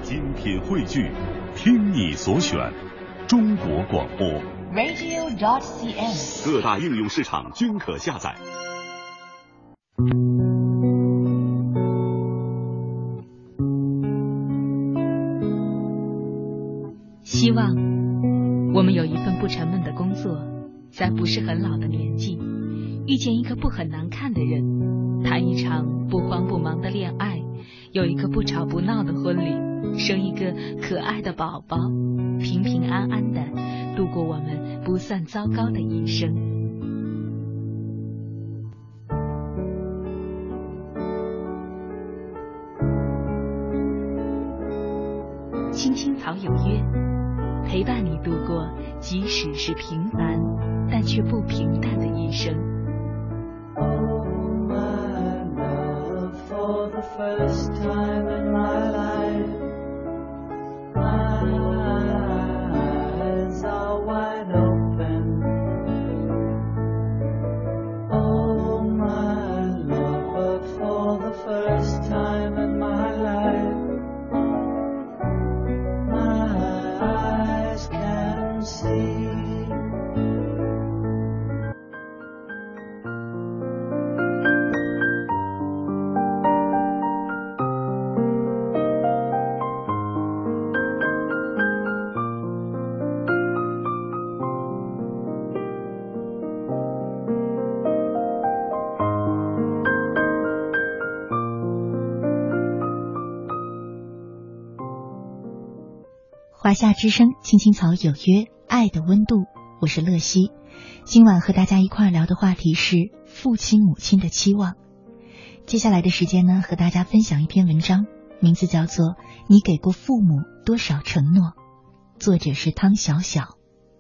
精品汇聚，听你所选，中国广播 radio.cn， 各大应用市场均可下载。 希望我们有一份不沉闷的工作，在不是很老的年纪，遇见一个不很难看的人，谈一场不慌不忙的恋爱，有一个不吵不闹的婚礼，生一个可爱的宝宝，平平安安的度过我们不算糟糕的一生。青青草有约，陪伴你度过即使是平凡但却不平淡的一生。 Oh, my love, for the first time in my life, my eyes are wide open. Oh, my lover, for the first time in my life, my eyes can see. 华夏之声，青青草有约，爱的温度，我是乐西。今晚和大家一块聊的话题是父亲母亲的期望。接下来的时间呢，和大家分享一篇文章，名字叫做《你给过父母多少承诺》，作者是汤小小。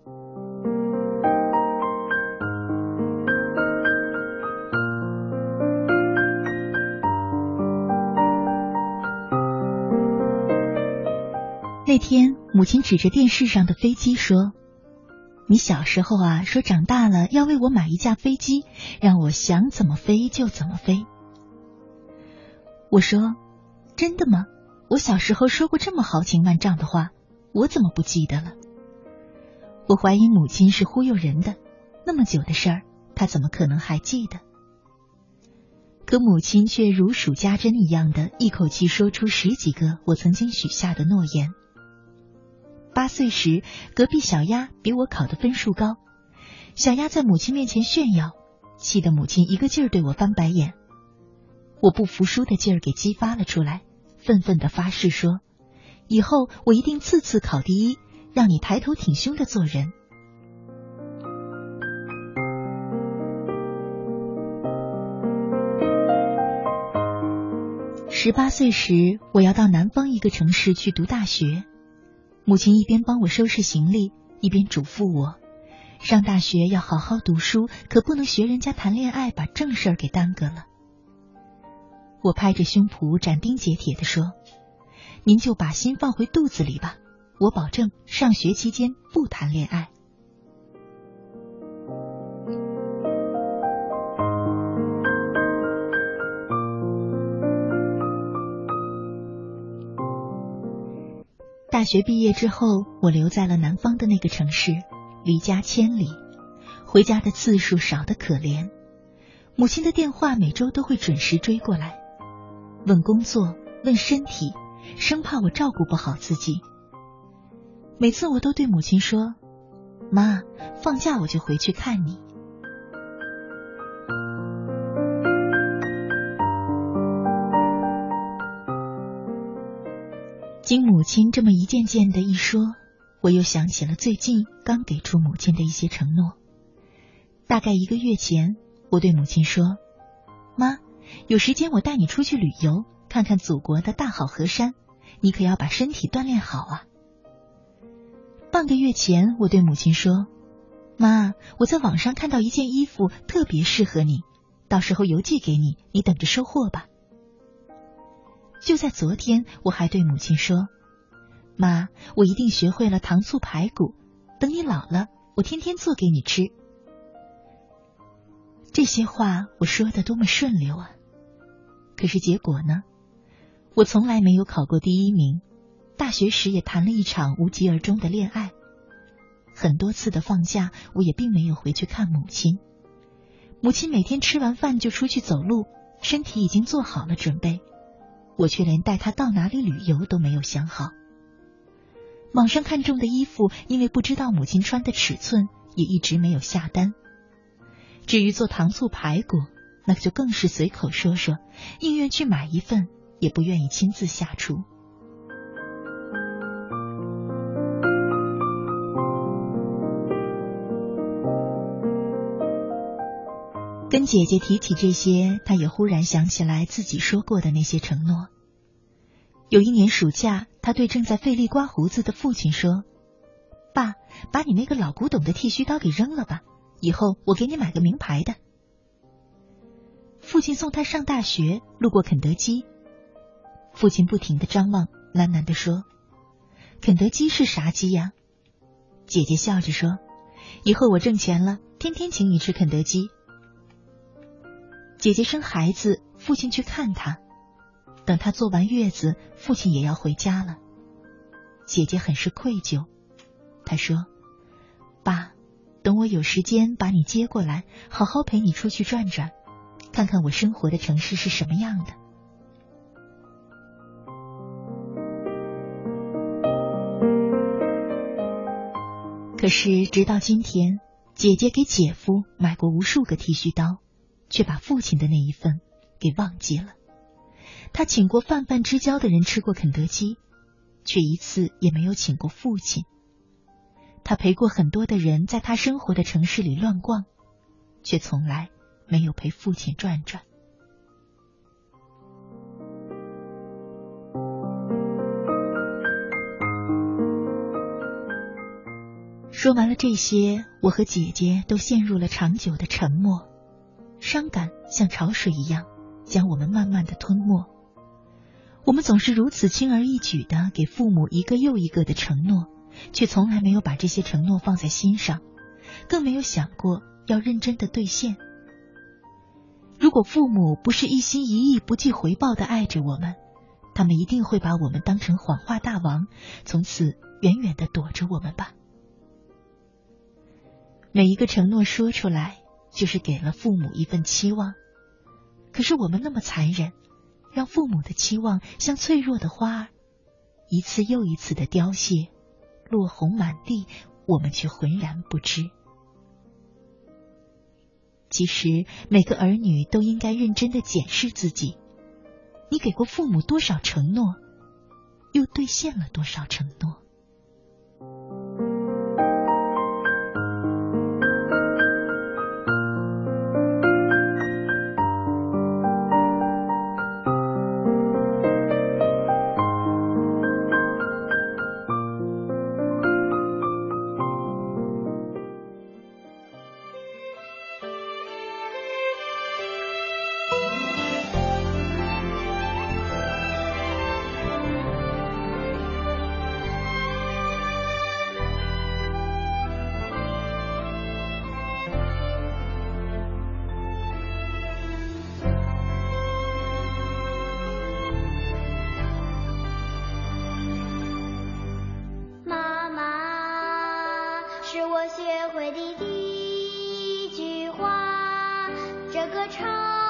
那天母亲指着电视上的飞机说，你小时候啊，说长大了要为我买一架飞机，让我想怎么飞就怎么飞。我说，真的吗？我小时候说过这么豪情万丈的话，我怎么不记得了？我怀疑母亲是忽悠人的，那么久的事儿，她怎么可能还记得？可母亲却如数家珍一样的一口气说出10几个我曾经许下的诺言。8岁时，隔壁小鸭比我考的分数高，小鸭在母亲面前炫耀，气得母亲一个劲儿对我翻白眼。我不服输的劲儿给激发了出来，愤愤地发誓说，以后我一定次次考第一，让你抬头挺胸的做人。18岁时，我要到南方一个城市去读大学。母亲一边帮我收拾行李，一边嘱咐我，上大学要好好读书，可不能学人家谈恋爱，把正事儿给耽搁了。我拍着胸脯斩钉截铁地说，您就把心放回肚子里吧，我保证上学期间不谈恋爱。大学毕业之后，我留在了南方的那个城市，离家1000里，回家的次数少得可怜。母亲的电话每周都会准时追过来，问工作，问身体，生怕我照顾不好自己。每次我都对母亲说，妈，放假我就回去看你。经母亲这么一件件的一说，我又想起了最近刚给出母亲的一些承诺。大概1个月前，我对母亲说，妈，有时间我带你出去旅游，看看祖国的大好河山，你可要把身体锻炼好啊。半个月前，我对母亲说，妈，我在网上看到一件衣服特别适合你，到时候邮寄给你，你等着收货吧。就在昨天，我还对母亲说，妈，我一定学会了糖醋排骨，等你老了，我天天做给你吃。这些话我说的多么顺溜啊！可是结果呢？我从来没有考过第1名， 大学时也谈了一场无疾而终的恋爱。很多次的放假，我也并没有回去看母亲。母亲每天吃完饭就出去走路，身体已经做好了准备，我却连带她到哪里旅游都没有想好。网上看中的衣服，因为不知道母亲穿的尺寸，也一直没有下单。至于做糖醋排骨，那就更是随口说说，宁愿去买一份，也不愿意亲自下厨。跟姐姐提起这些，她也忽然想起来自己说过的那些承诺。有一年暑假，她对正在费力刮胡子的父亲说：“爸，把你那个老古董的剃须刀给扔了吧，以后我给你买个名牌的。”父亲送她上大学，路过肯德基，父亲不停地张望，喃喃地说：“肯德基是啥鸡呀？”姐姐笑着说：“以后我挣钱了，天天请你吃肯德基。”姐姐生孩子，父亲去看她。等她坐完月子，父亲也要回家了。姐姐很是愧疚，她说：“爸，等我有时间把你接过来，好好陪你出去转转，看看我生活的城市是什么样的。”可是直到今天，姐姐给姐夫买过无数个剃须刀，却把父亲的那一份给忘记了。他请过泛泛之交的人吃过肯德基，却一次也没有请过父亲。他陪过很多的人在他生活的城市里乱逛，却从来没有陪父亲转转。说完了这些，我和姐姐都陷入了长久的沉默，伤感像潮水一样将我们慢慢的吞没。我们总是如此轻而易举地给父母一个又一个的承诺，却从来没有把这些承诺放在心上，更没有想过要认真的兑现。如果父母不是一心一意不计回报地爱着我们，他们一定会把我们当成谎话大王，从此远远地躲着我们吧。每一个承诺说出来，就是给了父母一份期望。可是我们那么残忍，让父母的期望像脆弱的花儿，一次又一次的凋谢，落红满地，我们却浑然不知。其实每个儿女都应该认真的检视自己，你给过父母多少承诺，又兑现了多少承诺？ 学会的第一句话，这个长